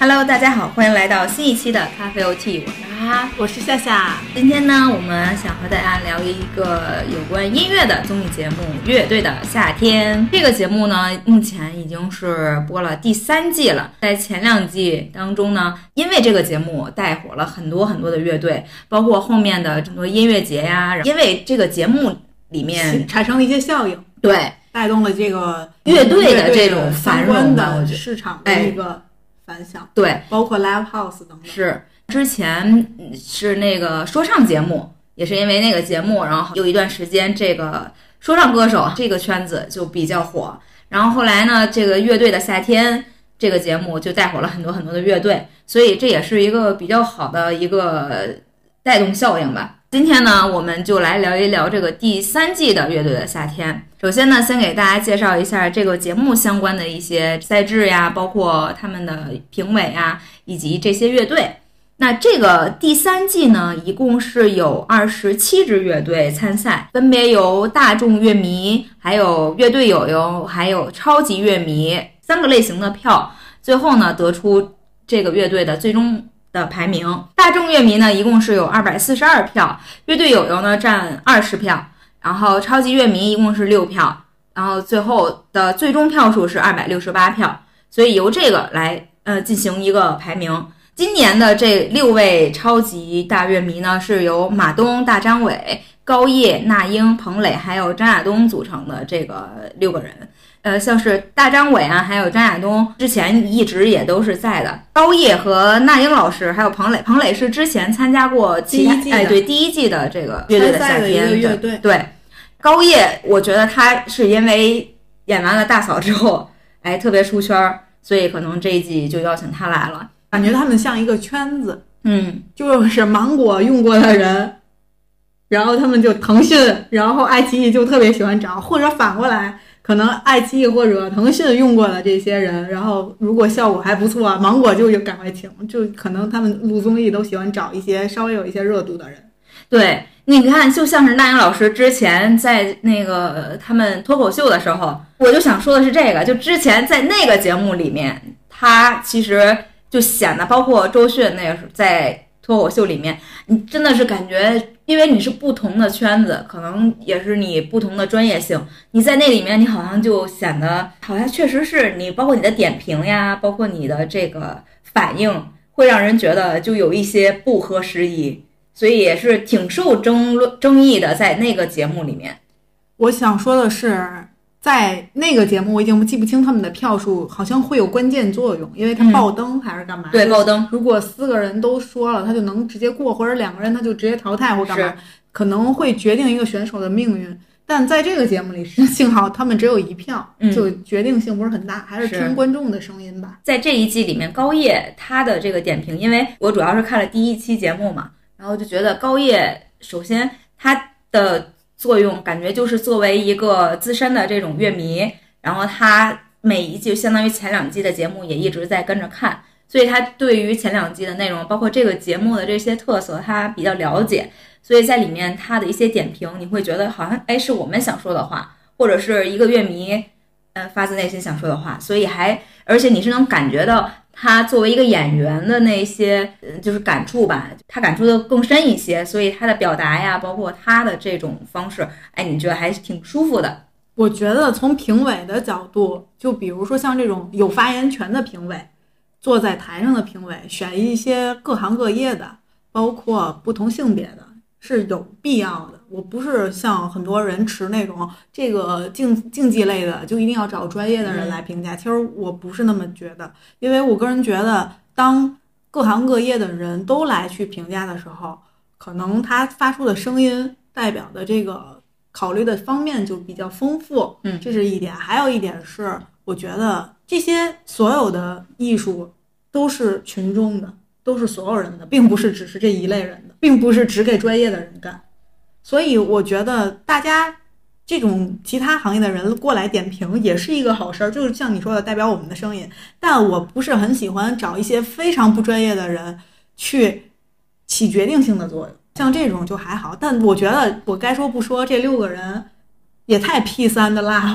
Hello， 大家好，欢迎来到新一期的咖啡 OT， 我是哈哈， 我是夏夏。 今天呢，我们想和大家聊一个有关音乐的综艺节目《乐队的夏天》。这个节目呢，目前已经是播了第3季了。在前2季当中呢，因为这个节目带火了很多的乐队，包括后面的很多音乐节呀。因为这个节目里面产生了一些效应， 对， 带动了这个乐队的这种繁荣的市场的一个反响， 对， 包括 live house 等等。 是之前是那个说唱节目，也是因为那个节目，然后有一段时间这个说唱歌手这个圈子就比较火，然后后来呢，这个乐队的夏天这个节目就带火了很多的乐队，所以这也是一个比较好的一个带动效应吧。今天呢，我们就来聊一聊这个第3季的乐队的夏天。首先呢，先给大家介绍一下这个节目相关的一些赛制呀，包括他们的评委啊，以及这些乐队。那这个第3季呢，一共是有27支乐队参赛，分别由大众乐迷、还有乐队友友、还有超级乐迷3个类型的票，最后呢得出这个乐队的最终的排名。大众乐迷呢一共是有242票，乐队友友呢占20票，然后超级乐迷一共是6票，然后最后的最终票数是268票，所以由这个来进行一个排名。今年的这6位超级大乐迷呢，是由马东、大张伟、高叶、那英、彭磊还有张亚东组成的这个6个人。像是大张伟啊，还有张亚东之前一直也都是在的。高叶和那英老师还有彭磊是之前参加过第一季的这个乐队的夏天的乐队。 对，高叶我觉得他是因为演完了大嫂之后，特别出圈，所以可能这一季就邀请他来了。 感觉他们像一个圈子，就是芒果用过的人，然后他们就腾讯，然后爱奇艺就特别喜欢找，或者反过来，可能爱奇艺或者腾讯用过的这些人，然后如果效果还不错，芒果就赶快请，就可能他们录综艺都喜欢找一些稍微有一些热度的人。 对，你看，就像是那英老师之前在那个他们脱口秀的时候，我就想说的是这个，就之前在那个节目里面，他其实就显得，包括周迅那个在脱口秀里面，你真的是感觉，因为你是不同的圈子，可能也是你不同的专业性，你在那里面你好像就显得好像确实是你，包括你的点评呀，包括你的这个反应，会让人觉得就有一些不合时宜，所以也是挺受争议的，在那个节目里面。 我想说的是，在那个节目我已经记不清他们的票数，好像会有关键作用，因为他爆灯还是干嘛？ 对，爆灯。 如果4个人都说了，他就能直接过，或者2个人他就直接淘汰或干嘛，可能会决定一个选手的命运。但在这个节目里，幸好他们只有1票，就决定性不是很大，还是听观众的声音吧。 在这一季里面，高叶他的这个点评，因为我主要是看了第1期节目嘛，然后就觉得高叶首先他的作用感觉就是作为一个资深的这种乐迷，然后他每一季相当于前2季的节目也一直在跟着看，所以他对于前2季的内容，包括这个节目的这些特色，他比较了解，所以在里面他的一些点评，你会觉得好像是我们想说的话，或者是一个乐迷发自内心想说的话，所以而且你是能感觉到他作为一个演员的那些就是感触吧，他感触的更深一些，所以他的表达呀，包括他的这种方式，你觉得还是挺舒服的。 我觉得从评委的角度，就比如说像这种有发言权的评委，坐在台上的评委，选一些各行各业的，包括不同性别的，是有必要的。我不是像很多人持那种这个竞技类的就一定要找专业的人来评价，其实我不是那么觉得，因为我个人觉得当各行各业的人都来去评价的时候，可能他发出的声音代表的这个考虑的方面就比较丰富，这是一点。还有一点是，我觉得这些所有的艺术都是群众的，都是所有人的，并不是只是这一类人的，并不是只给专业的人干。所以我觉得大家这种其他行业的人过来点评也是一个好事儿，就是像你说的代表我们的声音。但我不是很喜欢找一些非常不专业的人去起决定性的作用，像这种就还好。但我觉得我该说不说，这6个人也太 P3 的 love 了，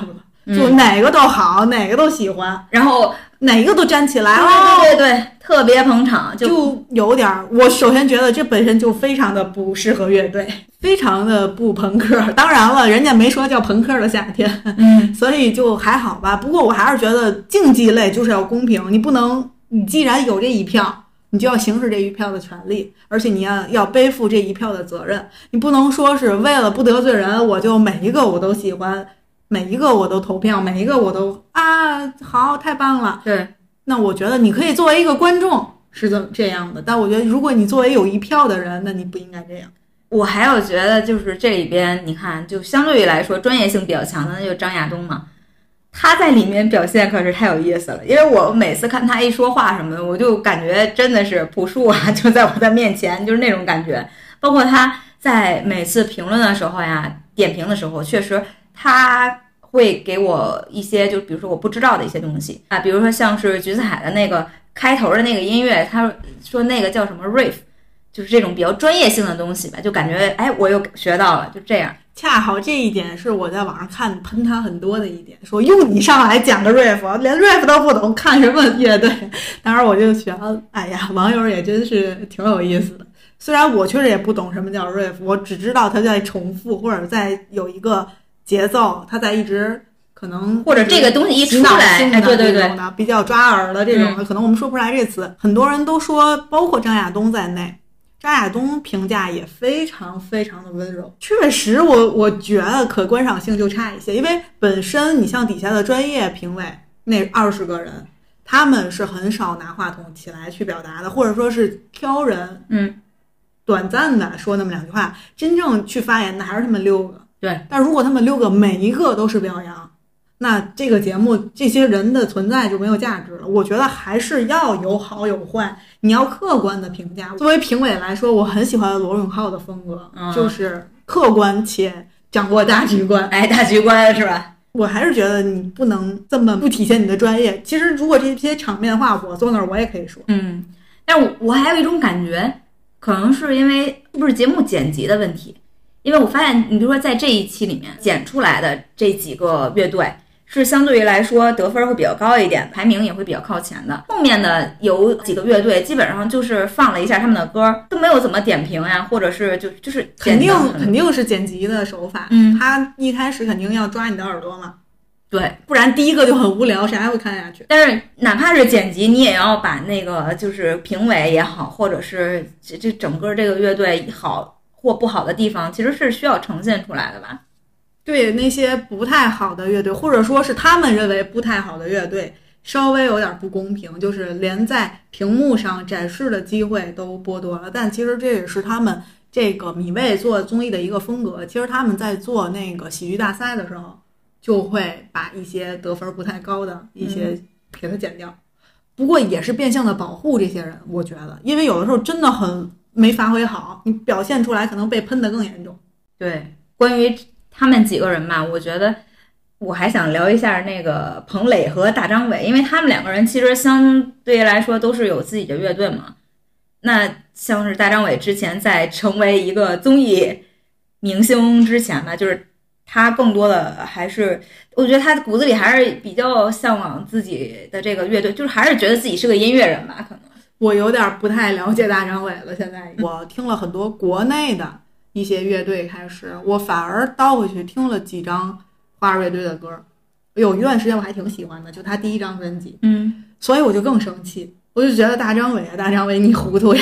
就哪个都好，哪个都喜欢， 然后哪个都站起来， 对对对，特别捧场， 就有点儿。我首先觉得这本身就非常的不适合乐队，非常的不朋克。当然了，人家没说叫朋克的夏天，所以就还好吧。不过我还是觉得竞技类就是要公平，你不能，你既然有这一票，你就要行使这一票的权利，而且你要背负这一票的责任。你不能说是为了不得罪人，我就每一个我都喜欢，每一个我都投票，每一个我都好，太棒了。 对， 那我觉得你可以作为一个观众是这样的，但我觉得如果你作为有一票的人，那你不应该这样。 我还有觉得就是这里边你看，就相对于来说专业性比较强的，那就张亚东嘛。他在里面表现可是太有意思了，因为我每次看他一说话什么的，我就感觉真的是朴树啊，就在我的面前，就是那种感觉。包括他在每次评论的时候呀，点评的时候，确实他会给我一些，就比如说我不知道的一些东西啊，比如说像是橘子海的那个开头的那个音乐，他说那个叫什么 riff， 就是这种比较专业性的东西吧，就感觉我又学到了，就这样。 恰好这一点是我在网上看喷他很多的一点，说用你上来讲个 riff， 连 riff 都不懂，看什么乐队？当时我就觉得，哎呀，网友也真是挺有意思的。虽然我确实也不懂什么叫 riff， 我只知道它在重复或者在有一个节奏，它在一直可能或者这个东西一出来，对对对， 比较抓耳的这种的，可能我们说不出来这词。很多人都说，包括张亚东在内。张亚东评价也非常非常的温柔，确实我觉得可观赏性就差一些，因为本身你像底下的专业评委那20个人，他们是很少拿话筒起来去表达的，或者说是挑人，短暂的说那么2句话，真正去发言的还是他们6个。 对， 但如果他们6个每一个都是表扬，那这个节目这些人的存在就没有价值了。我觉得还是要有好有坏，你要客观的评价。作为评委来说，我很喜欢罗永浩的风格，就是客观且掌握大局观。 大局观是吧？ 我还是觉得你不能这么不体现你的专业。其实如果这些场面话我坐那儿我也可以说， 但我还有一种感觉，可能是因为是不是节目剪辑的问题？因为我发现，你比如说在这一期里面剪出来的这几个乐队，是相对于来说得分会比较高一点，排名也会比较靠前的。后面的有几个乐队基本上就是放了一下他们的歌，都没有怎么点评呀，或者是就是肯定是剪辑的手法。他一开始肯定要抓你的耳朵嘛， 对， 不然第一个就很无聊，谁还会看下去？ 但是哪怕是剪辑，你也要把那个就是评委也好，或者是这整个这个乐队好或不好的地方，其实是需要呈现出来的吧。 对那些不太好的乐队，或者说是他们认为不太好的乐队，稍微有点不公平，就是连在屏幕上展示的机会都剥夺了。但其实这也是他们这个米未做综艺的一个风格。其实他们在做那个喜剧大赛的时候，就会把一些得分不太高的一些给它剪掉。不过也是变相的保护这些人，我觉得，因为有的时候真的很没发挥好，你表现出来可能被喷得更严重。 对，关于他们几个人吧，我觉得我还想聊一下那个彭磊和大张伟，因为他们2个人其实相对来说都是有自己的乐队嘛。那像是大张伟之前在成为一个综艺明星之前吧，就是他更多的还是，我觉得他骨子里还是比较向往自己的这个乐队，就是还是觉得自己是个音乐人吧。可能我有点不太了解大张伟了，现在我听了很多国内的一些乐队，开始我反而倒回去听了几张花儿乐队的歌，有一段时间我还挺喜欢的，就他第1张专辑，所以我就更生气，我就觉得大张伟你糊涂呀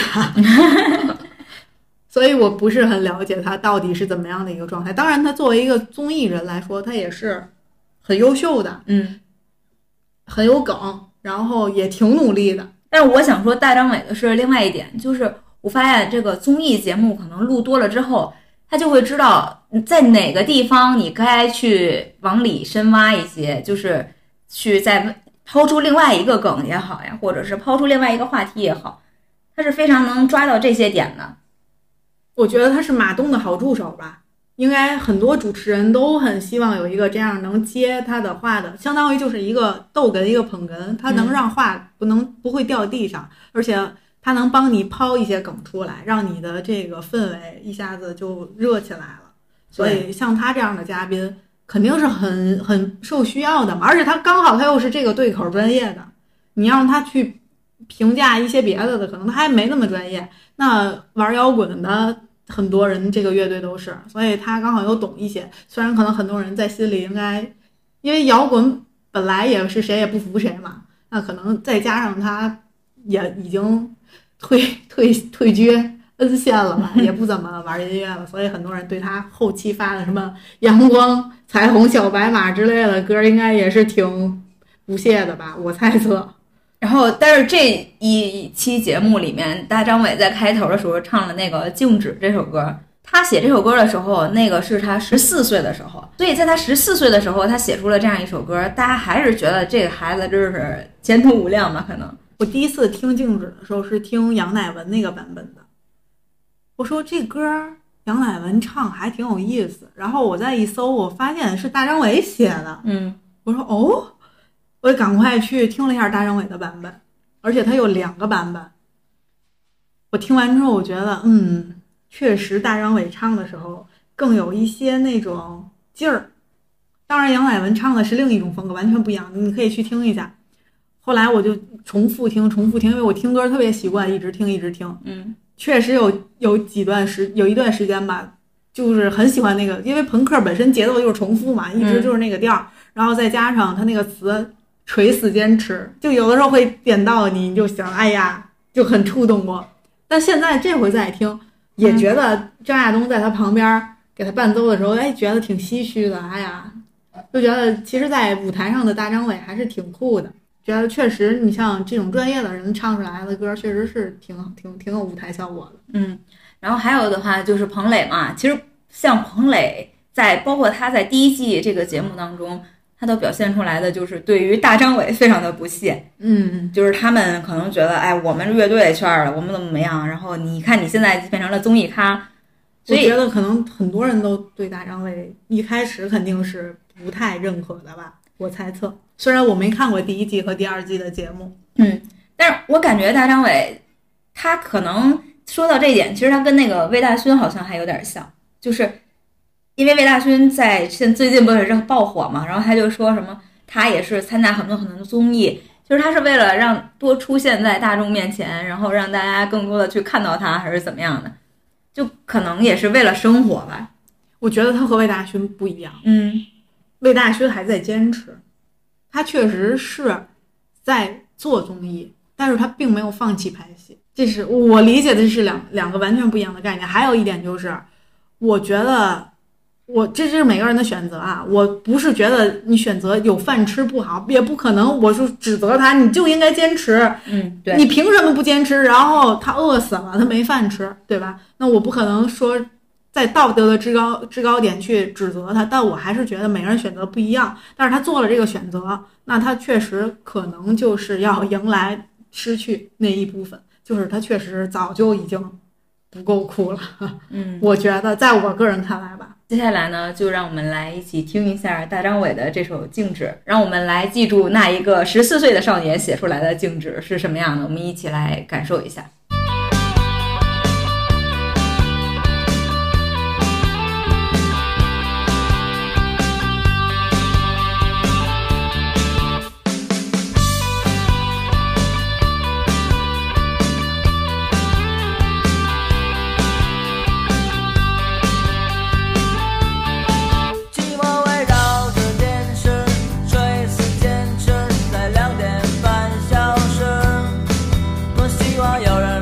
所以我不是很了解他到底是怎么样的一个状态。当然他作为一个综艺人来说，他也是很优秀的，很有梗，然后也挺努力的。 但是我想说大张伟的是另外一点，就是我发现这个综艺节目可能录多了之后，他就会知道在哪个地方你该去往里深挖一些，就是去再抛出另外一个梗也好呀，或者是抛出另外一个话题也好，他是非常能抓到这些点的。 我觉得他是马东的好助手吧，应该很多主持人都很希望有一个这样能接他的话的，相当于就是一个逗哏一个捧哏，他能让话不会掉地上，而且他能帮你抛一些梗出来，让你的这个氛围一下子就热起来了。所以像他这样的嘉宾， 肯定是很受需要的嘛，而且他刚好他又是这个对口专业的，你让他去评价一些别的，可能他还没那么专业。那玩摇滚的很多人这个乐队都是，所以他刚好又懂一些。虽然可能很多人在心里应该，因为摇滚本来也是谁也不服谁嘛，那可能再加上他也已经退居恩县了吧，也不怎么玩音乐了，所以很多人对他后期发的什么阳光、彩虹、小白马之类的歌，应该也是挺不屑的吧，我猜测。 然后，但是这一期节目里面，大张伟在开头的时候唱了那个《静止》这首歌。他写这首歌的时候，那个是他14岁的时候，所以在他14岁的时候，他写出了这样一首歌，大家还是觉得这个孩子真是前途无量吧？可能我第一次听《静止》的时候是听杨乃文那个版本的，我说这歌杨乃文唱还挺有意思，然后我再一搜，我发现是大张伟写的，我说哦。我也赶快去听了一下大张伟的版本，而且他有2个版本。我听完之后，我觉得，确实大张伟唱的时候更有一些那种劲儿。当然，杨乃文唱的是另一种风格，完全不一样。你可以去听一下。后来我就重复听，因为我听歌特别习惯，一直听。确实有一段时间吧，就是很喜欢那个，因为朋克本身节奏就是重复嘛，一直就是那个调，然后再加上他那个词。垂死坚持，就有的时候会点到你就想哎呀，就很触动我。但现在这回再听，也觉得张亚东在他旁边给他伴奏的时候，觉得挺唏嘘的。哎呀，就觉得其实在舞台上的大张伟还是挺酷的，觉得确实你像这种专业的人唱出来的歌，确实是挺有舞台效果的。 然后还有的话就是彭磊嘛，其实像彭磊包括他在第1季这个节目当中。他都表现出来的就是对于大张伟非常的不屑，就是他们可能觉得，哎，我们乐队圈了，我们怎么样？然后你看你现在变成了综艺咖，所以我觉得可能很多人都对大张伟一开始肯定是不太认可的吧，我猜测。虽然我没看过第1季和第2季的节目， 但是我感觉大张伟他可能说到这一点，其实他跟那个魏大勋好像还有点像，就是。因为魏大勋最近不是爆火嘛，然后他就说什么他也是参加很多的综艺，就是他是为了让多出现在大众面前，然后让大家更多的去看到他，还是怎么样的，就可能也是为了生活吧。 我觉得他和魏大勋不一样，魏大勋还在坚持，他确实是在做综艺，但是他并没有放弃拍戏，这是我理解的是两个完全不一样的概念。还有一点就是，我觉得。这是每个人的选择啊！我不是觉得你选择有饭吃不好，也不可能我是指责他，你就应该坚持。 对， 你凭什么不坚持？然后他饿死了，他没饭吃，对吧？那我不可能说在道德的制高点去指责他，但我还是觉得每个人选择不一样。但是他做了这个选择，那他确实可能就是要迎来失去那一部分，就是他确实早就已经不够酷了。我觉得在我个人看来吧。 接下来呢，就让我们来一起听一下大张伟的这首《静止》，让我们来记住那一个14岁的少年写出来的静止是什么样的，我们一起来感受一下。 有人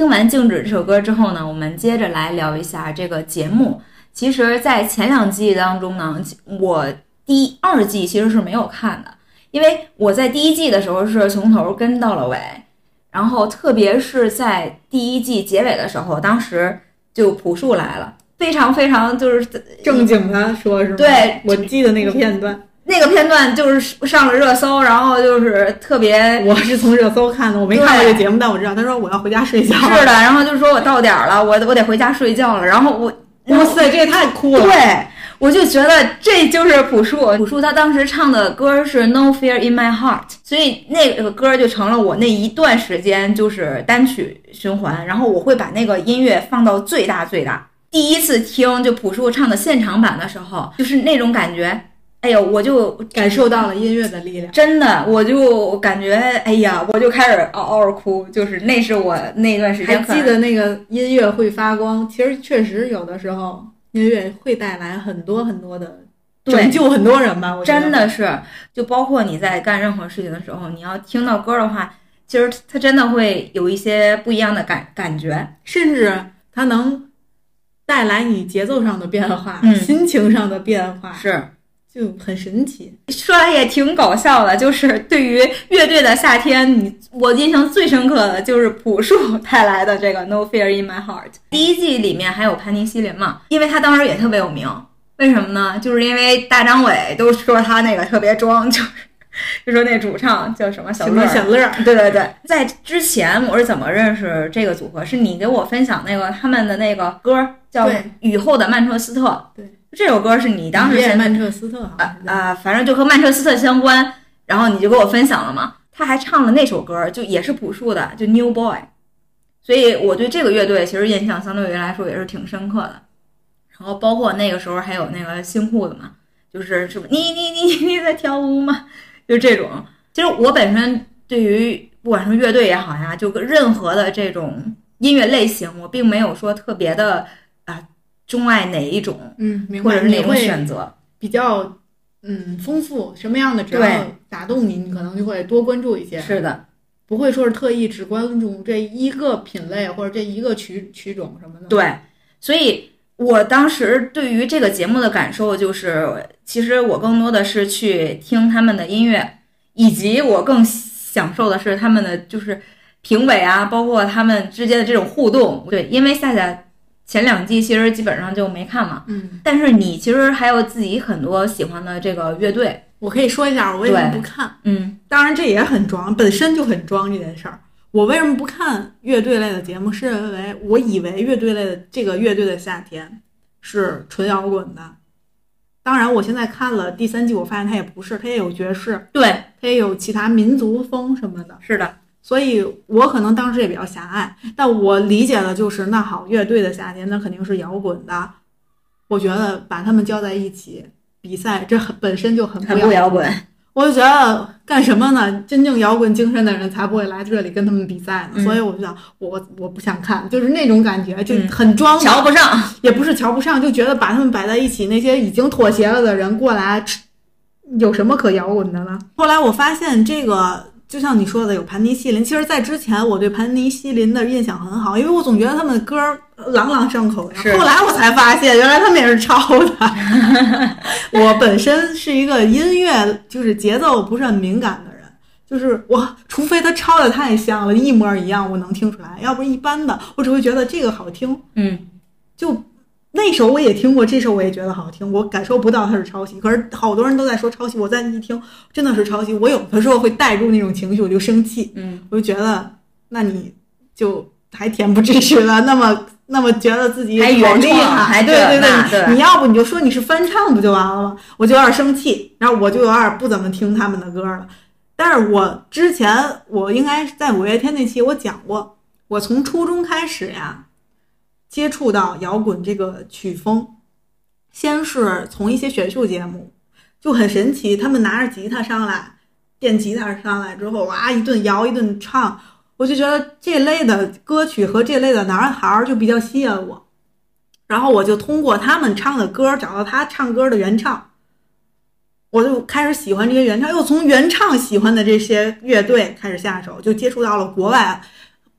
听完《静止》这首歌之后呢，我们接着来聊一下这个节目。其实在前2季当中呢，我第2季其实是没有看的，因为我在第1季的时候是从头跟到了尾，然后特别是在第1季结尾的时候，当时就朴树来了，非常非常就是正经的说是吗？ 对， 我记得那个片段。 那个片段就是上了热搜，然后就是特别， 我是从热搜看的，我没看过这节目，但我知道他说我要回家睡觉。 是的，然后就说我到点了，我得回家睡觉了。然后哇塞，这也太酷了！ 对，我就觉得这就是朴树。朴树他当时唱的歌是 No Fear in My Heart， 所以那个歌就成了我那一段时间就是单曲循环，然后我会把那个音乐放到最大最大。第一次听就朴树唱的现场版的时候，就是那种感觉。哎呦，我就感受到了音乐的力量， 真的，我就感觉，哎呀，我就开始嗷嗷哭，就是那是我那段时间还记得那个音乐会发光，其实确实有的时候音乐会带来很多很多的拯救很多人吧，我觉得真的是，就包括你在干任何事情的时候，你要听到歌的话，其实它真的会有一些不一样的感觉， 甚至它能带来你节奏上的变化，心情上的变化， 是。 就很神奇， 说来也挺搞笑的，就是对于乐队的夏天，我印象最深刻的就是朴树带来的这个 No Fear in My Heart。第1季里面还有盘尼西林嘛，因为他当时也特别有名，为什么呢？就是因为大张伟都说他那个特别装，就说那主唱叫什么小乐，对对对。在之前我是怎么认识这个组合？是你给我分享那个他们的那个歌叫《雨后的曼彻斯特》， 对。 这首歌是你当时曼彻斯特反正就和曼彻斯特相关，然后你就给我分享了嘛。他还唱了那首歌，就也是朴树的，就 New Boy。所以我对这个乐队其实印象相对于来说也是挺深刻的。然后包括那个时候还有那个新裤子嘛，就是什么你在跳舞吗？就这种。其实我本身对于不管是乐队也好呀，就任何的这种音乐类型，我并没有说特别的钟爱哪一种， 明白， 或者是哪种选择比较丰富，什么样的只要打动你，你可能就会多关注一些。 是的， 不会说是特意只关注这一个品类或者这一个曲种什么的。 对，所以我当时对于这个节目的感受就是，其实我更多的是去听他们的音乐，以及我更享受的是他们的就是评委啊，包括他们之间的这种互动。对，因为夏夏前2季其实基本上就没看嘛，但是你其实还有自己很多喜欢的这个乐队， 我可以说一下我为什么不看。 当然这也很装，本身就很装这件事儿。我为什么不看乐队类的节目？是因为我以为乐队类的这个乐队的夏天是纯摇滚的。当然，我现在看了第3季，我发现它也不是，它也有爵士， 对， 它也有其他民族风什么的。 是的。 所以我可能当时也比较狭隘，但我理解的就是，那好，乐队的夏天那肯定是摇滚的。我觉得把他们交在一起比赛，这本身就很不摇滚。我就觉得干什么呢？真正摇滚精神的人才不会来这里跟他们比赛呢。所以我就想，我不想看，就是那种感觉，就很装， 瞧不上， 也不是瞧不上，就觉得把他们摆在一起，那些已经妥协了的人过来，有什么可摇滚的呢？后来我发现这个。就像你说的，有盘尼西林。其实，在之前我对盘尼西林的印象很好，因为我总觉得他们的歌朗朗上口呀。后来我才发现，原来他们也是抄的。我本身是一个音乐就是节奏不是很敏感的人，就是我除非他抄的太像了，一模一样，我能听出来。要不一般的，我只会觉得这个好听。就那首我也听过，这首我也觉得好听，我感受不到它是抄袭。可是好多人都在说抄袭，我再一听真的是抄袭，我有的时候会带入那种情绪，我就生气。我就觉得那你就还恬不知耻了，那么觉得自己好厉害，对，你要不你就说你是翻唱不就完了吗？我就有点生气，然后我就有点不怎么听他们的歌了。但是我之前我应该在5月天那期我讲过，我从初中开始呀接触到摇滚这个曲风，先是从一些选秀节目，就很神奇，他们拿着吉他上来，电吉他上来之后，哇，一顿摇一顿唱，我就觉得这类的歌曲和这类的男孩就比较吸引我，然后我就通过他们唱的歌找到他唱歌的原唱，我就开始喜欢这些原唱，又从原唱喜欢的这些乐队开始下手，就接触到了国外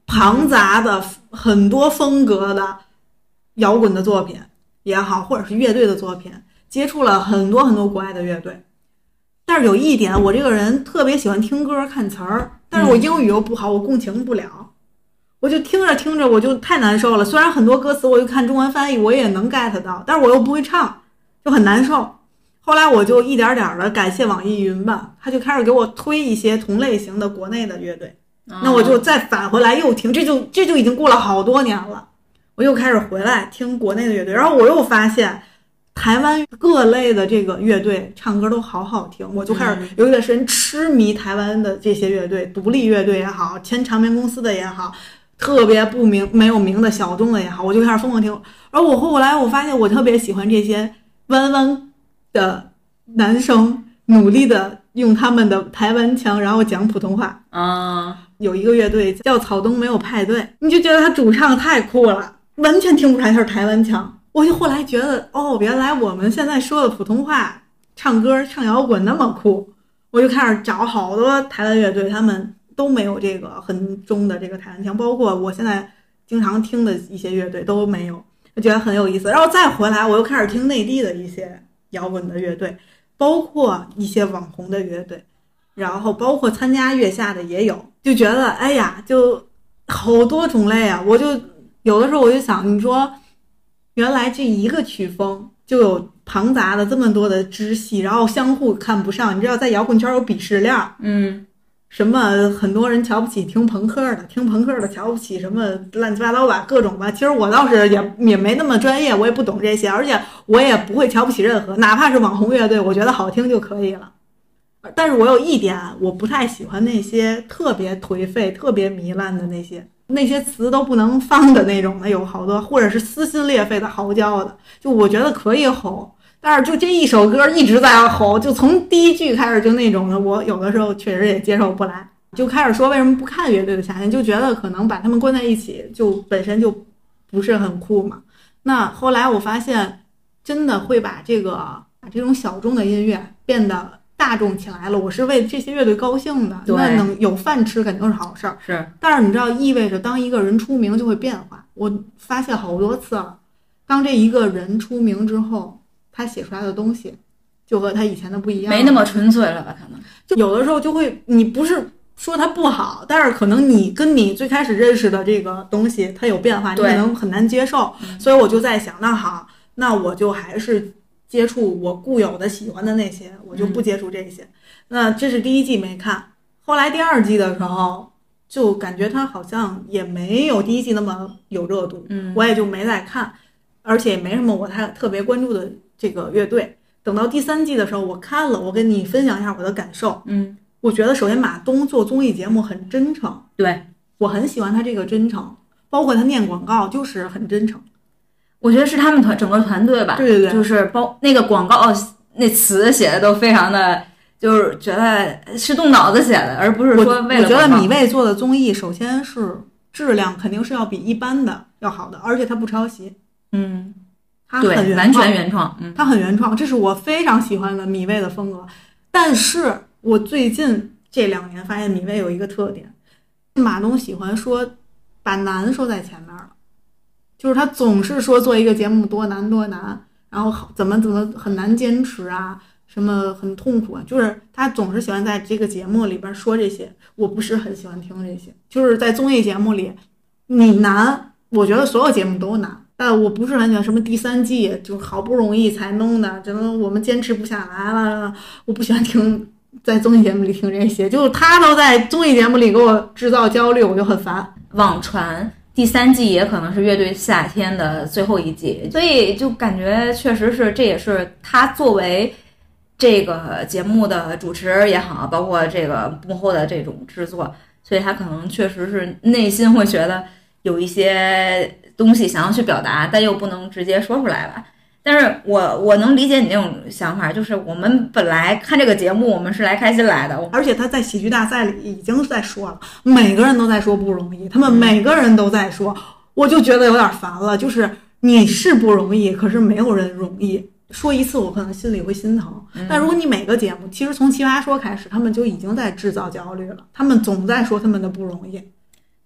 庞杂的很多风格的摇滚的作品也好，或者是乐队的作品，接触了很多很多国外的乐队。但是有一点，我这个人特别喜欢听歌看词儿，但是我英语又不好，我共情不了，我就听着听着我就太难受了。虽然很多歌词我就看中文翻译我也能 get 到，但是我又不会唱，就很难受。后来我就一点点的感谢网易云吧，他就开始给我推一些同类型的国内的乐队，那我就再返回来又听，这就已经过了好多年了，我又开始回来听国内的乐队，然后我又发现台湾各类的这个乐队唱歌都好好听，我就开始有一段时间痴迷台湾的这些乐队，独立乐队也好，前唱片公司的也好，特别没有名的小众的也好，我就开始疯狂听。而我后来我发现我特别喜欢这些弯弯的男生努力的用他们的台湾腔然后讲普通话有一个乐队叫草东没有派对，你就觉得他主唱太酷了，完全听不出来他是台湾腔。我就后来觉得原来我们现在说的普通话唱歌唱摇滚那么酷，我就开始找好多台湾乐队，他们都没有这个很重的这个台湾腔，包括我现在经常听的一些乐队都没有，我觉得很有意思。然后再回来我又开始听内地的一些摇滚的乐队，包括一些网红的乐队，然后包括参加月下的也有，就觉得哎呀就好多种类啊。我就有的时候我就想，你说原来这一个曲风就有庞杂的这么多的支系，然后相互看不上。你知道在摇滚圈有鄙视链，什么很多人瞧不起听朋克的，听朋克的瞧不起什么乱七八糟吧，各种吧。其实我倒是也没那么专业，我也不懂这些，而且我也不会瞧不起任何，哪怕是网红乐队，我觉得好听就可以了。但是我有一点，我不太喜欢那些特别颓废、特别糜烂的那些词都不能放的那种的，有好多，或者是撕心裂肺的嚎叫的，就我觉得可以吼，但是就这一首歌一直在吼，就从第一句开始就那种的，我有的时候确实也接受不来，就开始说为什么不看乐队的夏天，就觉得可能把他们关在一起就本身就不是很酷嘛。那后来我发现真的会把这种小众的音乐变得大众起来了，我是为这些乐队高兴的，那能有饭吃肯定是好事儿。 是， 但是你知道，意味着当一个人出名就会变化。我发现好多次了，当这一个人出名之后，他写出来的东西就和他以前的不一样， 没那么纯粹了吧？可能就有的时候就会，你不是说它不好，但是可能你跟你最开始认识的这个东西它有变化，你可能很难接受。所以我就在想，那好，那我就还是接触我固有的喜欢的那些，我就不接触这些。那这是第一季没看，后来第二季的时候就感觉它好像也没有第一季那么有热度，我也就没再看，而且也没什么我特别关注的这个乐队。等到第三季的时候我看了，我跟你分享一下我的感受。我觉得首先马东做综艺节目很真诚， 对， 我很喜欢他这个真诚，包括他念广告就是很真诚。 我觉得是他们整个团队吧， 对， 就是那个广告那词写的都非常的，就是觉得是动脑子写的，而不是说为了广告。我觉得米未做的综艺，首先是质量肯定是要比一般的要好的，而且他不抄袭，他很原创， 完全原创， 他很原创，这是我非常喜欢的米未的风格。但是我最近这2年发现米未有一个特点，马东喜欢说把难说在前面了。就是他总是说做一个节目多难多难，然后怎么很难坚持啊，什么很痛苦啊，就是他总是喜欢在这个节目里边说这些，我不是很喜欢听这些。就是在综艺节目里你难，我觉得所有节目都难，但我不是完全什么第3季就好不容易才弄的，真的我们坚持不下来了，我不喜欢听在综艺节目里听这些，就是他都在综艺节目里给我制造焦虑，我就很烦。 网传第3季也可能是乐队夏天的最后一季，所以就感觉确实是，这也是他作为这个节目的主持也好，包括这个幕后的这种制作，所以他可能确实是内心会觉得有一些东西想要去表达，但又不能直接说出来吧。但是我能理解你那种想法，就是我们本来看这个节目我们是来开心来的， 而且他在喜剧大赛里已经在说了，每个人都在说不容易，他们每个人都在说，我就觉得有点烦了，就是你是不容易，可是没有人容易，说一次我可能心里会心疼，但如果你每个节目其实从奇葩说开始他们就已经在制造焦虑了，他们总在说他们的不容易，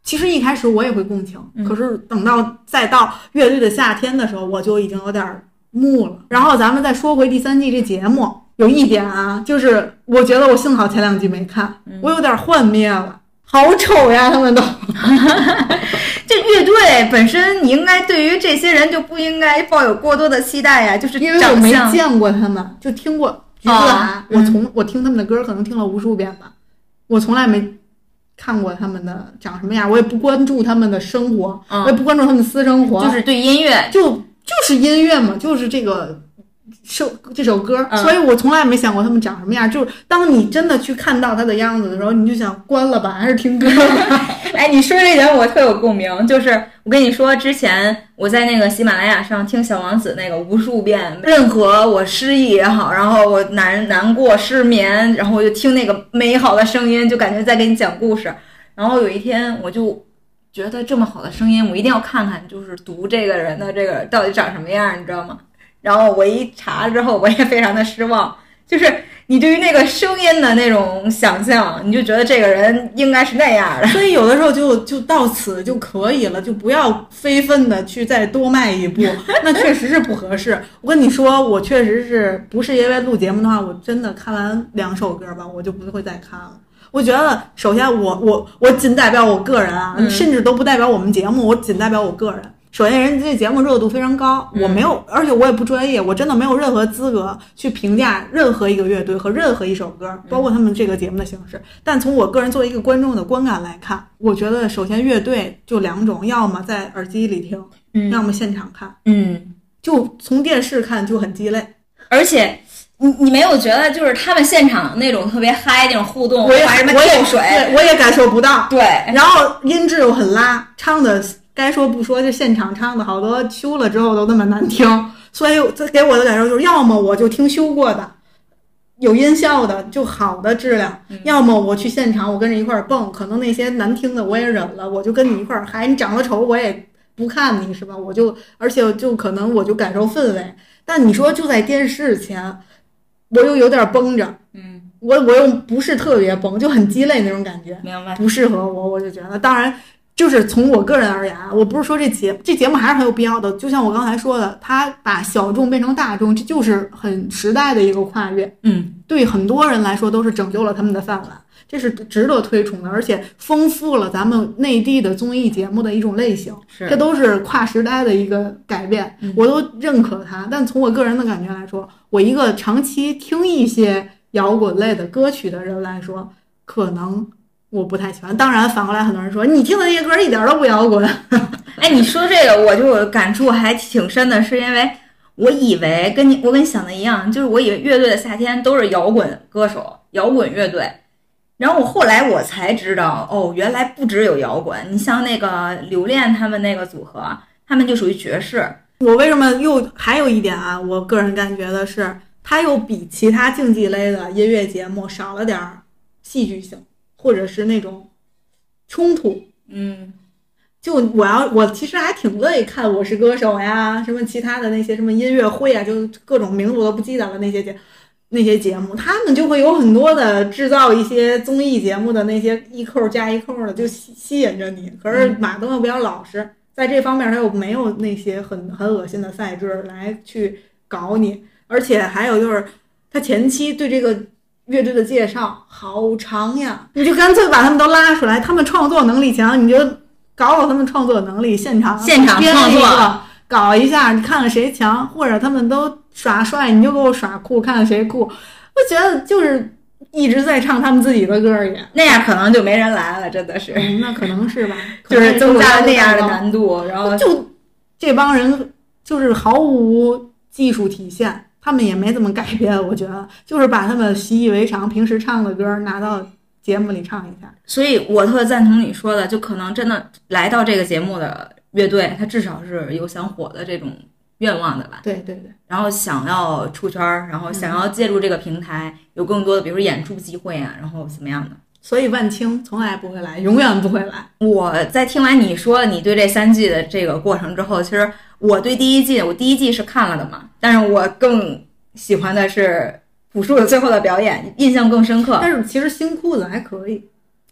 其实一开始我也会共情，可是再到乐队的夏天的时候，我就已经有点木了。然后咱们再说回第3季这节目，有一点啊，就是我觉得我幸好前2季没看，我有点幻灭了，好丑呀，他们都。 这乐队本身，你应该对于这些人就不应该抱有过多的期待呀，就是因为我没见过他们，就听过橘子海，我听他们的歌可能听了无数遍吧，我从来没看过他们的长什么样，我也不关注他们的生活，我也不关注他们的私生活， 就是对音乐， 就是音乐嘛，就是这首歌，所以我从来没想过他们长什么样。就是当你真的去看到他的样子的时候，你就想关了吧，还是听歌吧。 哎，你说这点我特有共鸣，就是我跟你说，之前我在那个喜马拉雅上听小王子那个无数遍，任何我失忆也好，然后我难过失眠，然后我就听那个美好的声音，就感觉在给你讲故事。然后有一天我就觉得这么好的声音，我一定要看看，就是读这个人的这个到底长什么样，你知道吗？然后我一查之后，我也非常的失望，就是你对于那个声音的那种想象，你就觉得这个人应该是那样的。 所以有的时候就到此就可以了，就不要非分的去再多迈一步，那确实是不合适。我跟你说，我确实是不是因为录节目的话，我真的看完2首歌吧，我就不会再看了。我觉得首先我仅代表我个人啊，甚至都不代表我们节目，我仅代表我个人。首先人这节目热度非常高，我没有，而且我也不专业，我真的没有任何资格去评价任何一个乐队和任何一首歌，包括他们这个节目的形式。但从我个人作为一个观众的观感来看，我觉得首先乐队就2种，要么在耳机里听，要么现场看。就从电视看就很鸡肋。 而且你没有觉得就是他们现场那种特别嗨那种互动， 我也什么跳水， 我也感受不到。 对， 然后音质又很拉，唱的该说不说，就现场唱的好多修了之后都那么难听，所以这给我的感受就是，要么我就听修过的，有音效的就好的质量，要么我去现场我跟着一块儿蹦，可能那些难听的我也忍了，我就跟你一块儿嗨，你长得丑我也不看你是吧？而且就可能我就感受氛围。但你说就在电视前，我又有点绷着，我又不是特别绷，就很鸡肋那种感觉， 明白？ 不适合我就觉得，当然。就是从我个人而言，我不是说这节目还是很有必要的。就像我刚才说的，他把小众变成大众，这就是很时代的一个跨越。对很多人来说都是拯救了他们的饭碗，这是值得推崇的，而且丰富了咱们内地的综艺节目的一种类型。这都是跨时代的一个改变，我都认可它。但从我个人的感觉来说，我一个长期听一些摇滚类的歌曲的人来说，可能我不太喜欢。当然反过来很多人说你听的那些歌一点都不摇滚。 哎，你说这个我就感触还挺深的，是因为我以为我跟你想的一样，就是我以为乐队的夏天都是摇滚歌手摇滚乐队，然后后来我才知道哦，原来不只有摇滚，你像那个留恋他们那个组合，他们就属于爵士。 我为什么还有一点啊，我个人感觉的是它又比其他竞技类的音乐节目少了点戏剧性，或者是那种冲突。就我其实还挺乐意看《我是歌手》呀，什么其他的那些什么音乐会啊，就各种名字我都不记得了那些节目，他们就会有很多的制造一些综艺节目的那些一扣加一扣的，就吸引着你。可是马东又比较老实，在这方面他又没有那些很恶心的赛制来去搞你，而且还有就是他前期对这个乐队的介绍好长呀，你就干脆把他们都拉出来，他们创作能力强，你就搞他们创作能力，现场创作搞一下，你看看谁强，或者他们都耍帅，你就给我耍酷，看看谁酷。我觉得就是一直在唱他们自己的歌也， 那样可能就没人来了，真的是。 那可能是吧， 就是增加了那样的难度，然后就这帮人就是毫无技术体现，他们也没怎么改变，我觉得就是把他们习以为常平时唱的歌拿到节目里唱一下。 所以我特赞同你说的，就可能真的来到这个节目的乐队，他至少是有想火的这种愿望的吧。 对对对。 然后想要出圈，然后想要借助这个平台有更多的比如说演出机会啊，然后怎么样的。 所以万青从来不会来，永远不会来。 我在听完你说你对这3季的这个过程之后，其实我对第一季是看了的嘛，但是我更喜欢的是朴树的最后的表演，印象更深刻。 但是其实新裤子还可以，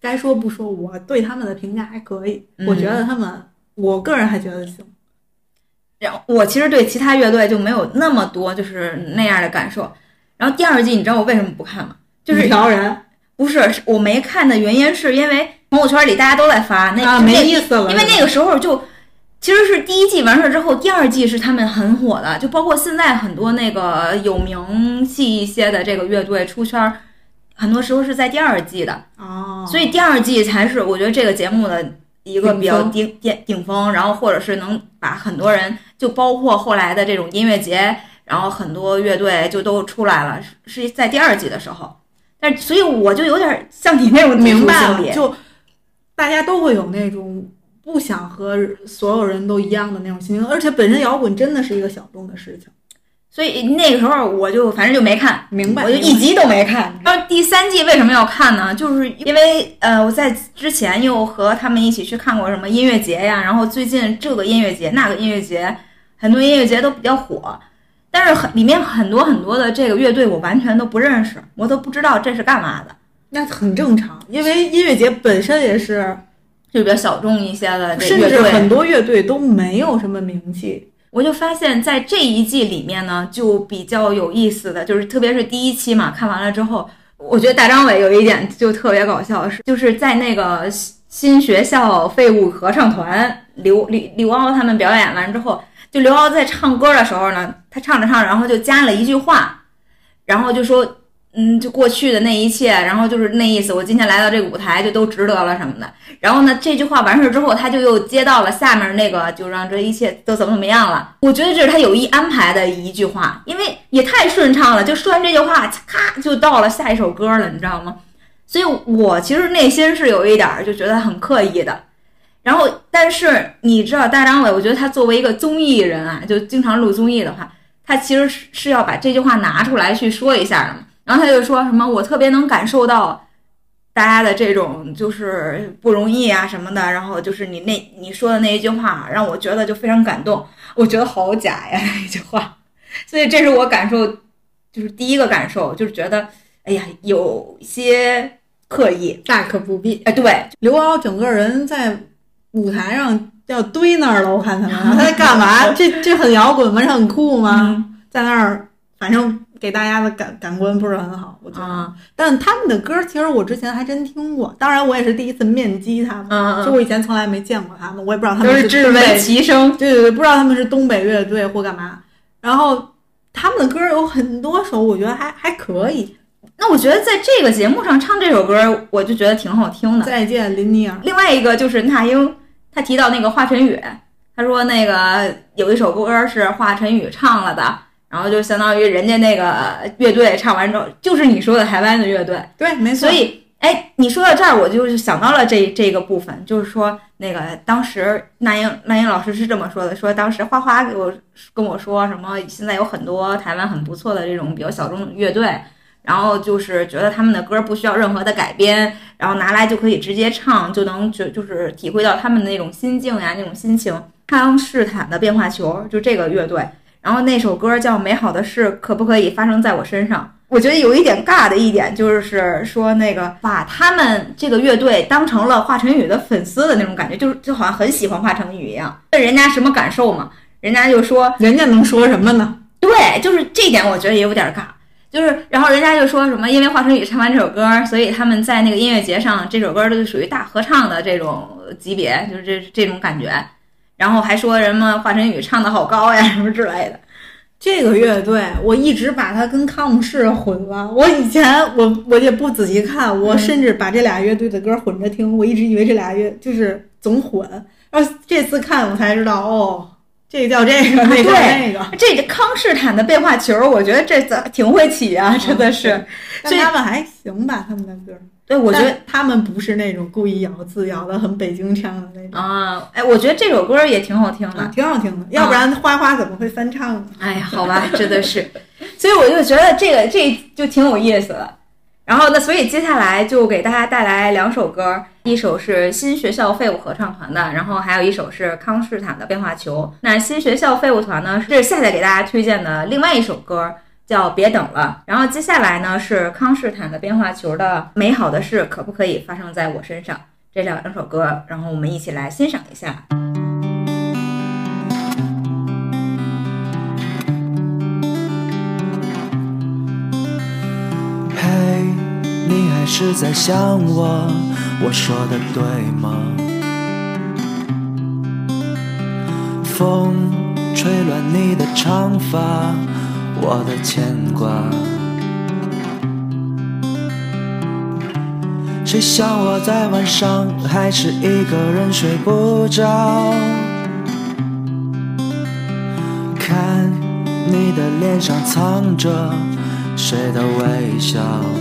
该说不说，我对他们的评价还可以，我觉得他们，我个人还觉得行。 然后我其实对其他乐队就没有那么多就是那样的感受。然后第二季你知道我为什么不看吗？就是条人不是我没看的原因是因为朋友圈里大家都在发那没意思了， 因为那个时候就其实是第一季完事之后，第二季是他们很火的，就包括现在很多那个有名气一些的这个乐队出圈，很多时候是在第二季的所以第二季才是我觉得这个节目的一个比较顶峰，然后或者是能把很多人，就包括后来的这种音乐节，然后很多乐队就都出来了，是在第二季的时候。但所以我就有点像你那种明白了，就大家都会有那种不想和所有人都一样的那种心情，而且本身摇滚真的是一个小众的事情， 所以那个时候我就反正就没看， 明白， 我就一集都没看。然后第三季为什么要看呢？就是因为我在之前又和他们一起去看过什么音乐节呀，然后最近这个音乐节那个音乐节，很多音乐节都比较火。但是里面很多很多的这个乐队我完全都不认识，我都不知道这是干嘛的。 那很正常，因为音乐节本身也是就比较小众一些的甚至很多乐队都没有什么名气。 我就发现在这一季里面呢，就比较有意思的就是特别是第一期嘛，看完了之后，我觉得大张伟有一点就特别搞笑，就是在那个新学校废物合唱团刘傲他们表演完之后，就刘傲在唱歌的时候呢，他唱着唱着，然后就加了一句话，然后就说就过去的那一切，然后就是那意思，我今天来到这个舞台就都值得了什么的。然后呢，这句话完事之后，他就又接到了下面那个，就让这一切都怎么样了。我觉得这是他有意安排的一句话，因为也太顺畅了，就说完这句话，咔就到了下一首歌了，你知道吗？所以我其实内心是有一点就觉得很刻意的。然后，但是你知道大张伟，我觉得他作为一个综艺人啊，就经常录综艺的话，他其实是要把这句话拿出来去说一下的嘛。然后他就说什么我特别能感受到大家的这种就是不容易啊什么的，然后就是你说的那一句话让我觉得就非常感动，我觉得好假呀那一句话。所以这是我感受，就是第一个感受，就是觉得哎呀有些刻意， 大可不必。 对， 刘傲整个人在舞台上要堆那儿了，我看他在干嘛？这很摇滚吗？这很酷吗？在那儿，反正给大家的感官不是很好，我觉得。但他们的歌其实我之前还真听过，当然我也是第一次面基他们，就我以前从来没见过他们，我也不知道他们是只闻其声， 对，不知道他们是东北乐队或干嘛。然后他们的歌有很多首，我觉得还可以。 那我觉得在这个节目上唱这首歌，我就觉得挺好听的。 再见，林尼尔。 另外一个就是那英，他提到那个华晨宇，他说那个有一首歌是华晨宇唱了的，然后就相当于人家那个乐队唱完之后，就是你说的台湾的乐队。 对，没错。 所以，你说到这儿，我就想到了这个部分，就是说那个当时那英老师是这么说的，说当时花花跟我说什么，现在有很多台湾很不错的这种比较小众的乐队。然后就是觉得他们的歌不需要任何的改编，然后拿来就可以直接唱，就能就是体会到他们的那种心境呀，那种心情。康士坦的变化球就这个乐队，然后那首歌叫《美好的事可不可以发生在我身上》。我觉得有一点尬的一点就是说那个把他们这个乐队当成了华晨宇的粉丝的那种感觉，就好像很喜欢华晨宇一样。问人家什么感受嘛？人家就说人家能说什么呢？ 对，就是这一点我觉得也有点尬。就是，然后人家就说什么，因为华晨宇唱完这首歌，所以他们在那个音乐节上，这首歌都属于大合唱的这种级别，就是这种感觉。然后还说人们华晨宇唱的好高呀，什么之类的。 这个乐队我一直把它跟康士混了。我以前我也不仔细看，我甚至把这俩乐队的歌混着听，我一直以为这俩就是总混。然后这次看我才知道，哦。这个叫这个，那个那个， 这康士坦的变化球，我觉得这挺会起啊，真的是。 但他们还行吧，他们的歌。 对，我觉得他们不是那种故意咬字咬的很北京腔的那种啊。我觉得这首歌也挺好听的， 挺好听的。要不然花花怎么会翻唱呢？ 哎呀，好吧，真的是。所以我就觉得这就挺有意思的。然后呢，所以接下来就给大家带来两首歌，一首是新学校废物合唱团的，然后还有一首是康士坦的变化球。那新学校废物团呢，是夏夏给大家推荐的另外一首歌， 叫别等了。然后接下来呢是康士坦的变化球的美好的事可不可以发生在我身上，这两首歌，然后我们一起来欣赏一下。 嘿，你还是在想我说的对吗？风吹乱你的长发，我的牵挂。谁想我在晚上还是一个人睡不着？看你的脸上藏着谁的微笑？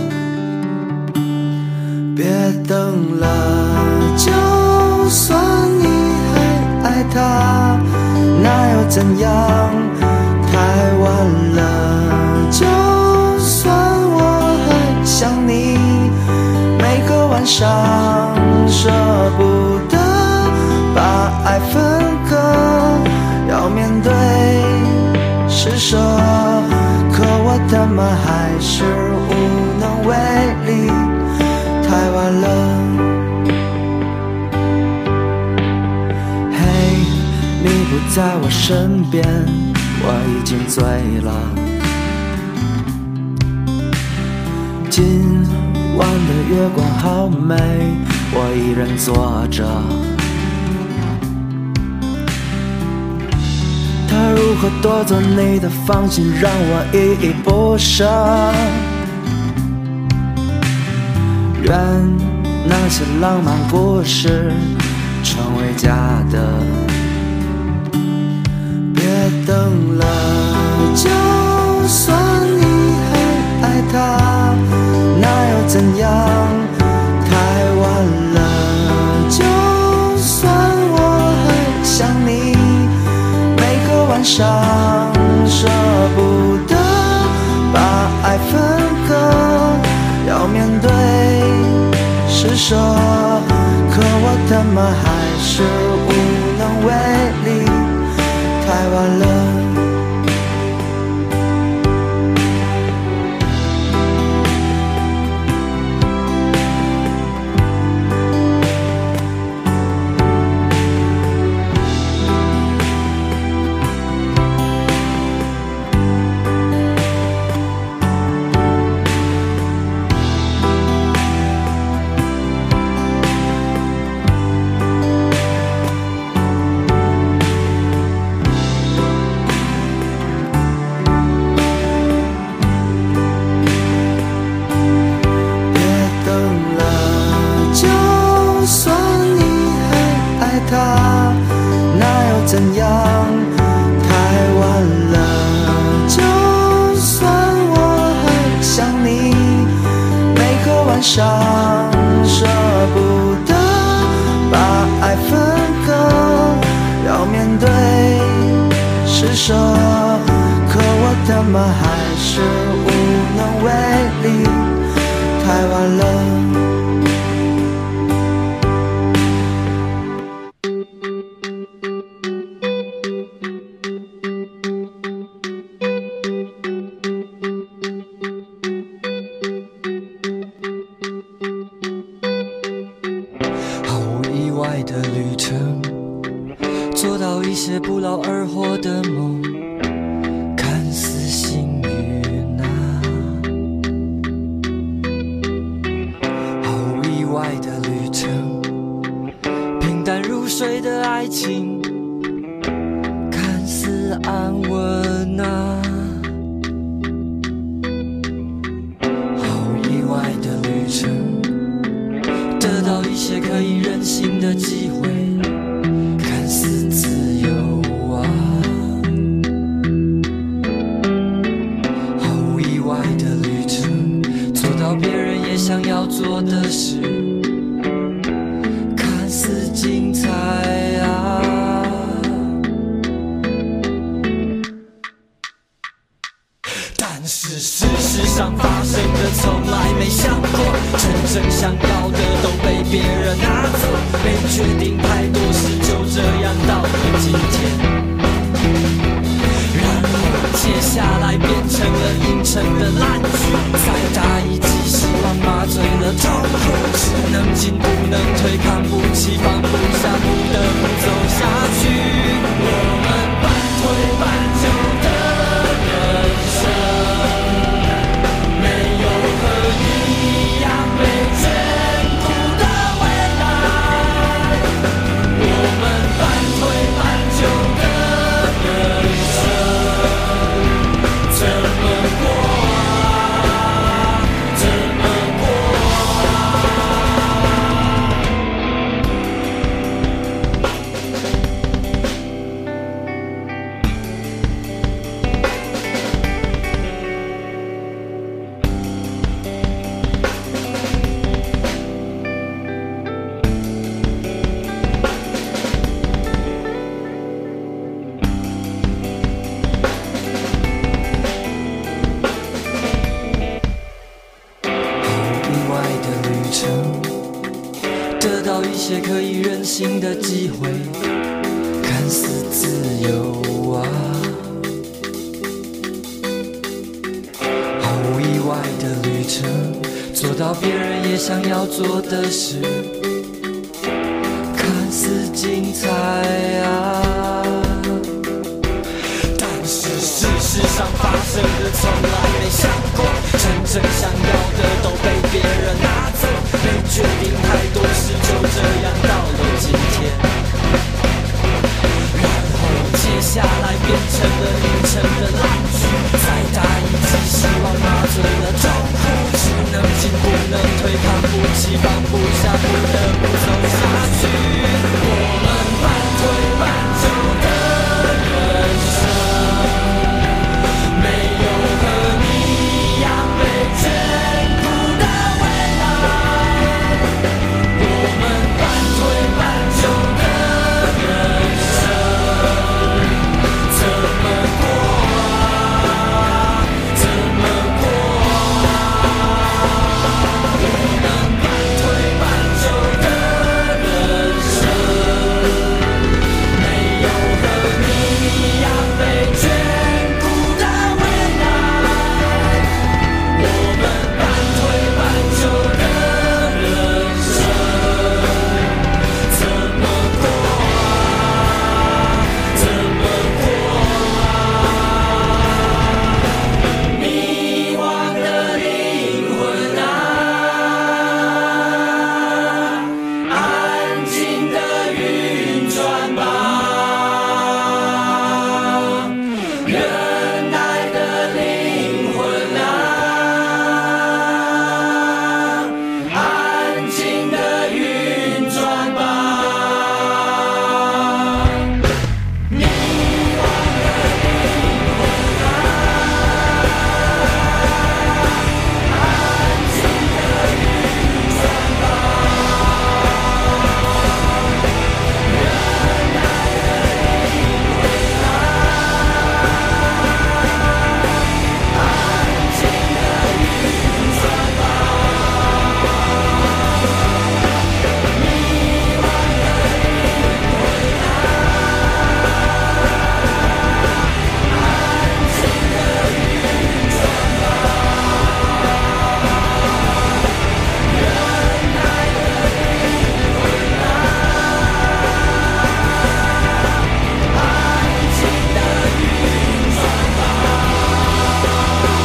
别等了，就算你还爱他，那又怎样？太晚了，就算我还想你，每个晚上舍不得把爱分割，要面对施舍，可我他妈还是无能为力，太晚了。嘿，你不在我身边，我已经醉了。今晚的月光好美，我一人坐着。他如何夺走你的芳心，让我依依不舍。愿那些浪漫故事成为假的。别等了，就算你还爱他，那又怎样？太晚了，就算我还想你，每个晚上舍不得把爱分割，要面对施舍，可我他妈还是无能为力，太晚了。怎样？太晚了，就算我还想你，每个晚上舍不得把爱分割，要面对施舍，可我他妈还是无能为力，太晚了。做到一些不劳而获的梦，看似幸运啊，毫无意外的旅程，平淡如水的爱情，看似安稳啊，毫无意外的旅程，得到一些可以任性的机会，看似自由啊，毫无意外的旅程，做到别人也想要做的事，看似精彩啊。但是事实上发生的从来没想过，真正想要的都被别人拿走，没决定太多事，就这样到了今天。然后接下来变成了阴沉的烂剧，再大一击希望麻醉了痛苦，只能进不能退，看不起放不下，不得不走下去。我们半推半就的人生，没有和你一样被眷顾的未来，我们半推半就的人生，怎么过啊，怎么过得到一些可以任性的机会，看似自由啊，毫无意外的旅程，做到别人也想要做的事，看似精彩啊，但是事实上发生的从来没想过，真正想要的都被别人拿走，没决定太多事，就这样到了今天，然后接下来变成了凌晨的烂剧，再大一击希望麻醉了痛苦，只能进不能退，看不起放不下，不得不走下去。我们半推半就的人生，没有和你一样被眷顾的未来，我们半推半就的人生，怎么过啊，怎么过啊，我们半推半就的人生，没有和你一样被眷顾的未来，我们半推半就的人生，怎么过啊，怎么过啊，迷惘的灵魂啊，安静的运转吧，忍耐的灵魂啊，安静的运转吧，迷惘的灵魂啊，安静的运转吧，忍耐的灵魂啊，安静的运转吧，迷惘的灵魂啊，安静的运转吧，忍耐的灵魂啊，安静的运转吧。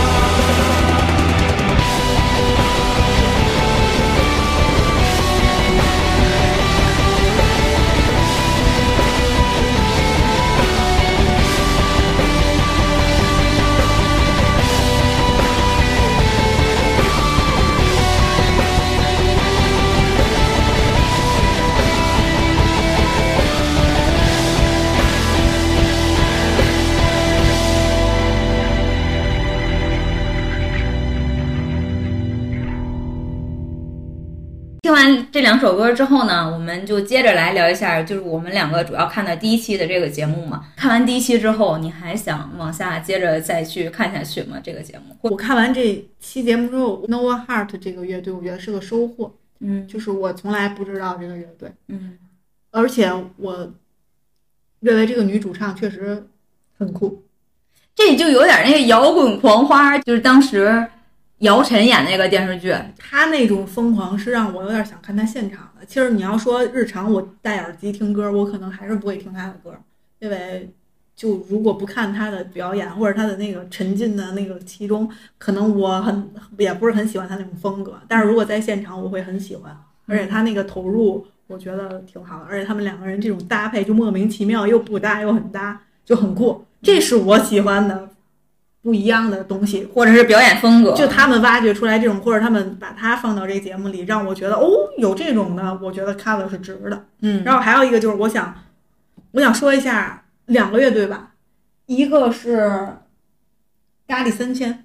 听完这两首歌之后呢，我们就接着来聊一下，就是我们两个主要看的第一期的这个节目嘛。看完第一期之后，你还想往下接着再去看下去吗？这个节目？ 我看完这期节目之后 ，Nova Heart 这个乐队，我觉得是个收获。就是我从来不知道这个乐队，而且我认为这个女主唱确实很酷。 这就有点那个摇滚狂花，就是当时姚晨演那个电视剧。 他那种疯狂是让我有点想看他现场的。其实你要说日常我戴耳机听歌，我可能还是不会听他的歌，因为就如果不看他的表演或者他的那个沉浸的那个其中，可能我也不是很喜欢他那种风格。但是如果在现场，我会很喜欢，而且他那个投入我觉得挺好的，而且他们两个人这种搭配就莫名其妙，又不搭又很搭，就很酷。这是我喜欢的不一样的东西， 或者是表演风格， 就他们挖掘出来这种，或者他们把它放到这个节目里，让我觉得有这种的，我觉得看了是值的。然后还有一个就是我想说一下2个乐队吧，一个是咖喱三千，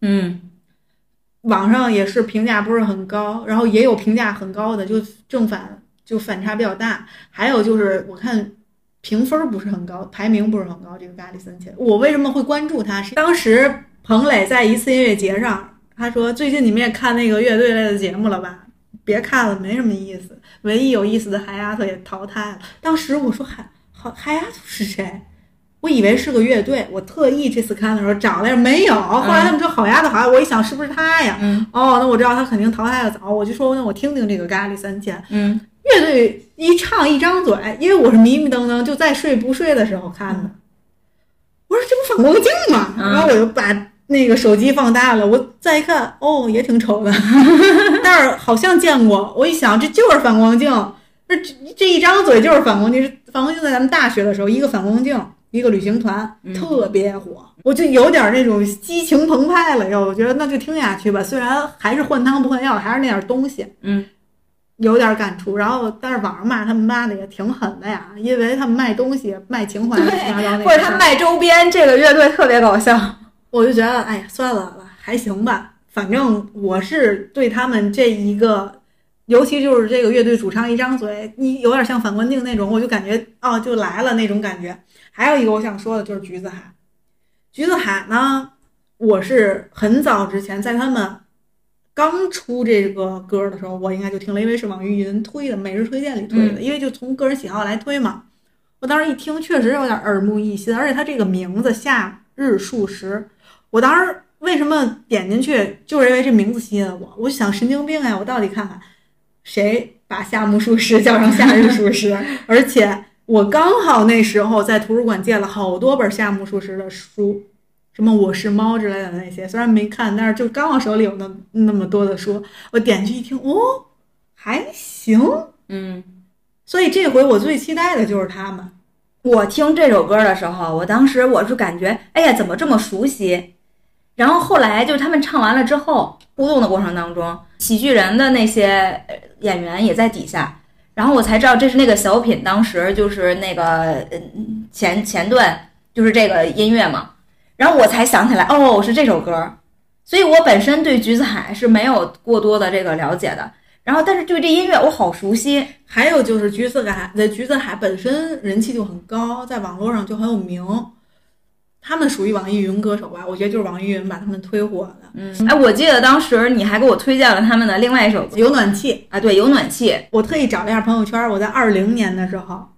网上也是评价不是很高，然后也有评价很高的，就正反就反差比较大。还有就是我看评分不是很高，排名不是很高。这个咖喱三千，我为什么会关注他？是当时彭磊在一次音乐节上，他说最近你们也看那个乐队类的节目了吧？别看了，没什么意思。唯一有意思的海丫头也淘汰了。当时我说海丫头是谁？我以为是个乐队，我特意这次看的时候找来没有。后来他们说好丫头好，我一想是不是他呀？那我知道他肯定淘汰的早。我就说那我听听这个咖喱三千。乐队一唱一张嘴，因为我是迷迷瞪瞪就在睡不睡的时候看的。我说这不反光镜吗？然后我就把那个手机放大了，我再一看，也挺丑的，但是好像见过。我一想这就是反光镜，这一张嘴就是反光镜。反光镜在咱们大学的时候，一个反光镜一个旅行团特别火，我就有点那种激情澎湃了。我觉得那就听下去吧，虽然还是换汤不换药，还是那点东西。有点感触。然后但是网上骂他们骂的也挺狠的呀，因为他们卖东西卖情怀， 或者他卖周边，这个乐队特别搞笑。 我就觉得哎呀算了还行吧，反正我是对他们这一个，尤其就是这个乐队主唱一张嘴，你有点像反光镜那种，我就感觉就来了那种感觉。还有一个我想说的就是橘子海。橘子海呢，我是很早之前在他们刚出这个歌的时候，我应该就听了，因为是网易云推的，每日推荐里推的，因为就从个人喜好来推嘛。我当时一听确实有点耳目一新，而且他这个名字夏日数十，我当时为什么点进去，就是因为这名字吸引了我。我就想神经病呀，我到底看看谁把夏目漱石叫成夏日数十。而且我刚好那时候在图书馆借了好多本夏目漱石的书，什么我是猫之类的那些，虽然没看，但是就刚好手里有那么多的书，我点进去一听，还行。所以这回我最期待的就是他们。 我听这首歌的时候，我当时我是感觉哎呀怎么这么熟悉，然后后来就是他们唱完了之后，互动的过程当中，喜剧人的那些演员也在底下，然后我才知道这是那个小品，当时就是那个前段就是这个音乐嘛，然后我才想起来是这首歌。所以我本身对橘子海是没有过多的这个了解的，然后但是对这音乐我好熟悉。 还有就是橘子海本身人气就很高，在网络上就很有名，他们属于网易云歌手吧，我觉得就是网易云把他们推火的。 我记得当时你还给我推荐了他们的另外一首歌有暖气啊，对，有暖气。 我特意找了一下朋友圈，我在20年的时候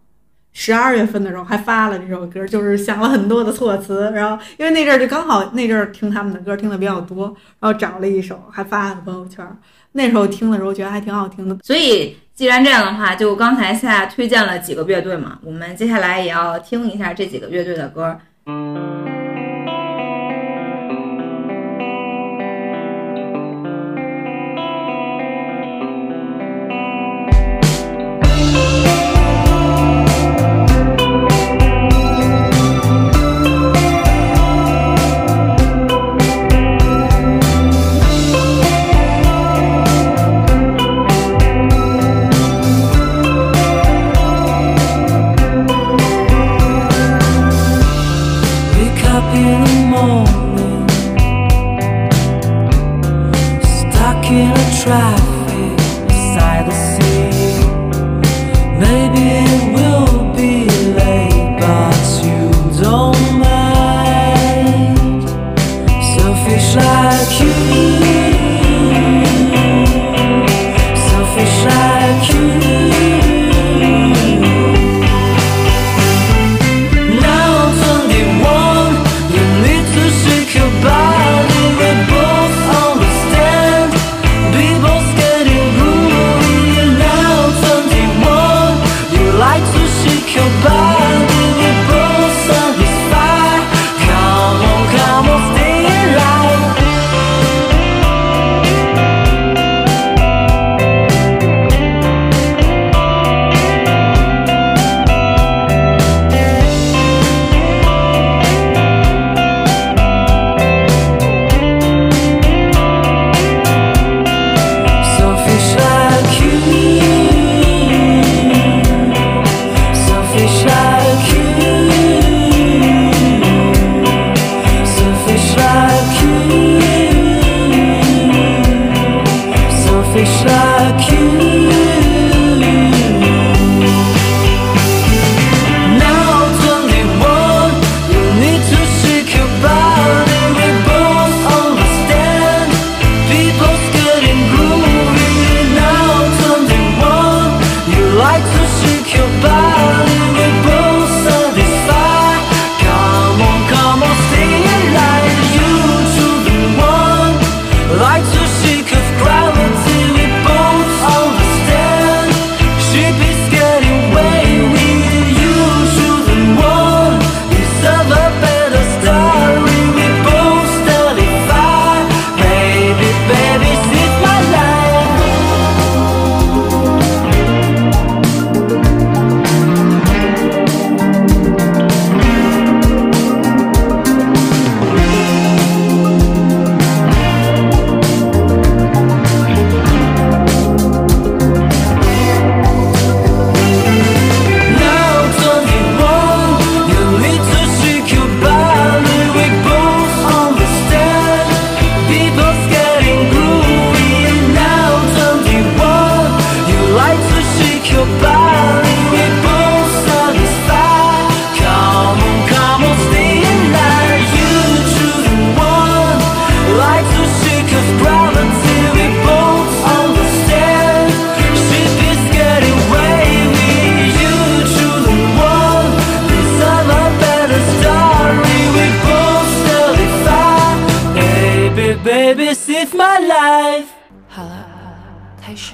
12月份的时候还发了这首歌，就是想了很多的措辞，然后因为那阵儿就刚好那阵儿听他们的歌听的比较多，然后找了一首还发了朋友圈。那时候听的时候觉得还挺好听的。 所以既然这样的话，就刚才夏推荐了几个乐队嘛，我们接下来也要听一下这几个乐队的歌。 Now 21, you need baby save my life。 好了，开始。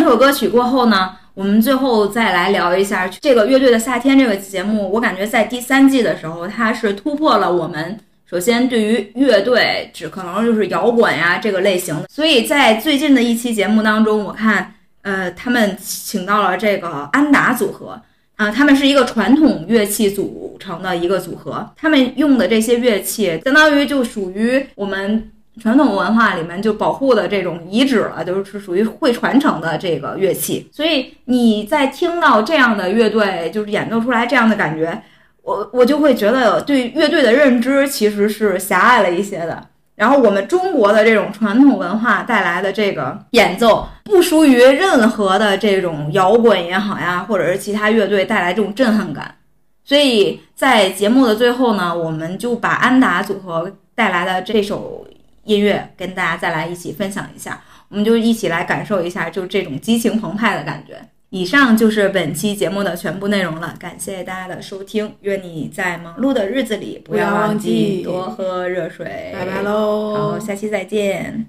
首歌曲过后呢，我们最后再来聊一下这个乐队的夏天这个节目。我感觉在第3季的时候，它是突破了我们首先对于乐队只可能就是摇滚呀这个类型的，所以在最近的一期节目当中，我看他们请到了这个安达组合。他们是一个传统乐器组成的一个组合，他们用的这些乐器相当于就属于我们传统文化里面就保护的这种遗址了，就是属于会传承的这个乐器。所以你在听到这样的乐队就是演奏出来这样的感觉，我就会觉得对乐队的认知其实是狭隘了一些的。然后我们中国的这种传统文化带来的这个演奏，不输于任何的这种摇滚也好呀，或者是其他乐队带来这种震撼感。所以在节目的最后呢，我们就把安达组合带来的这首音乐跟大家再来一起分享一下，我们就一起来感受一下就这种激情澎湃的感觉。以上就是本期节目的全部内容了，感谢大家的收听，愿你在忙碌的日子里不要忘记多喝热水。 拜拜喽， 好，下期再见。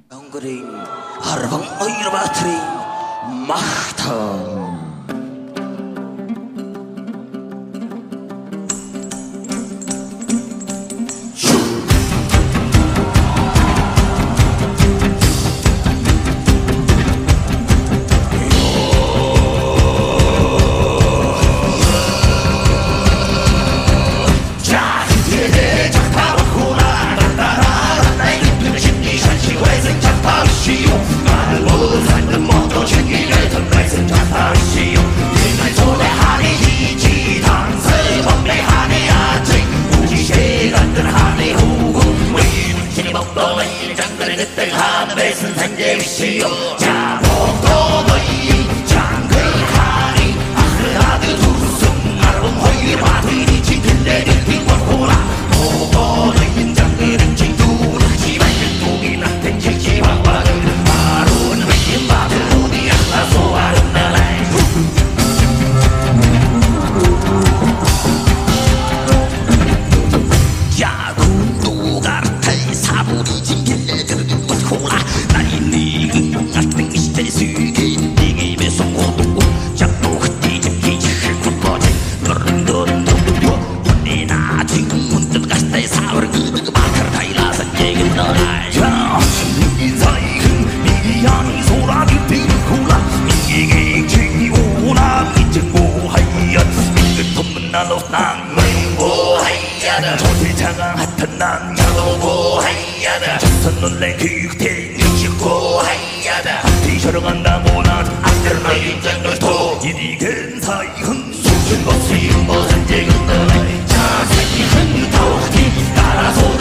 수준 없이 뭐 전쟁은 너네 자세히 흥 타오기 따라서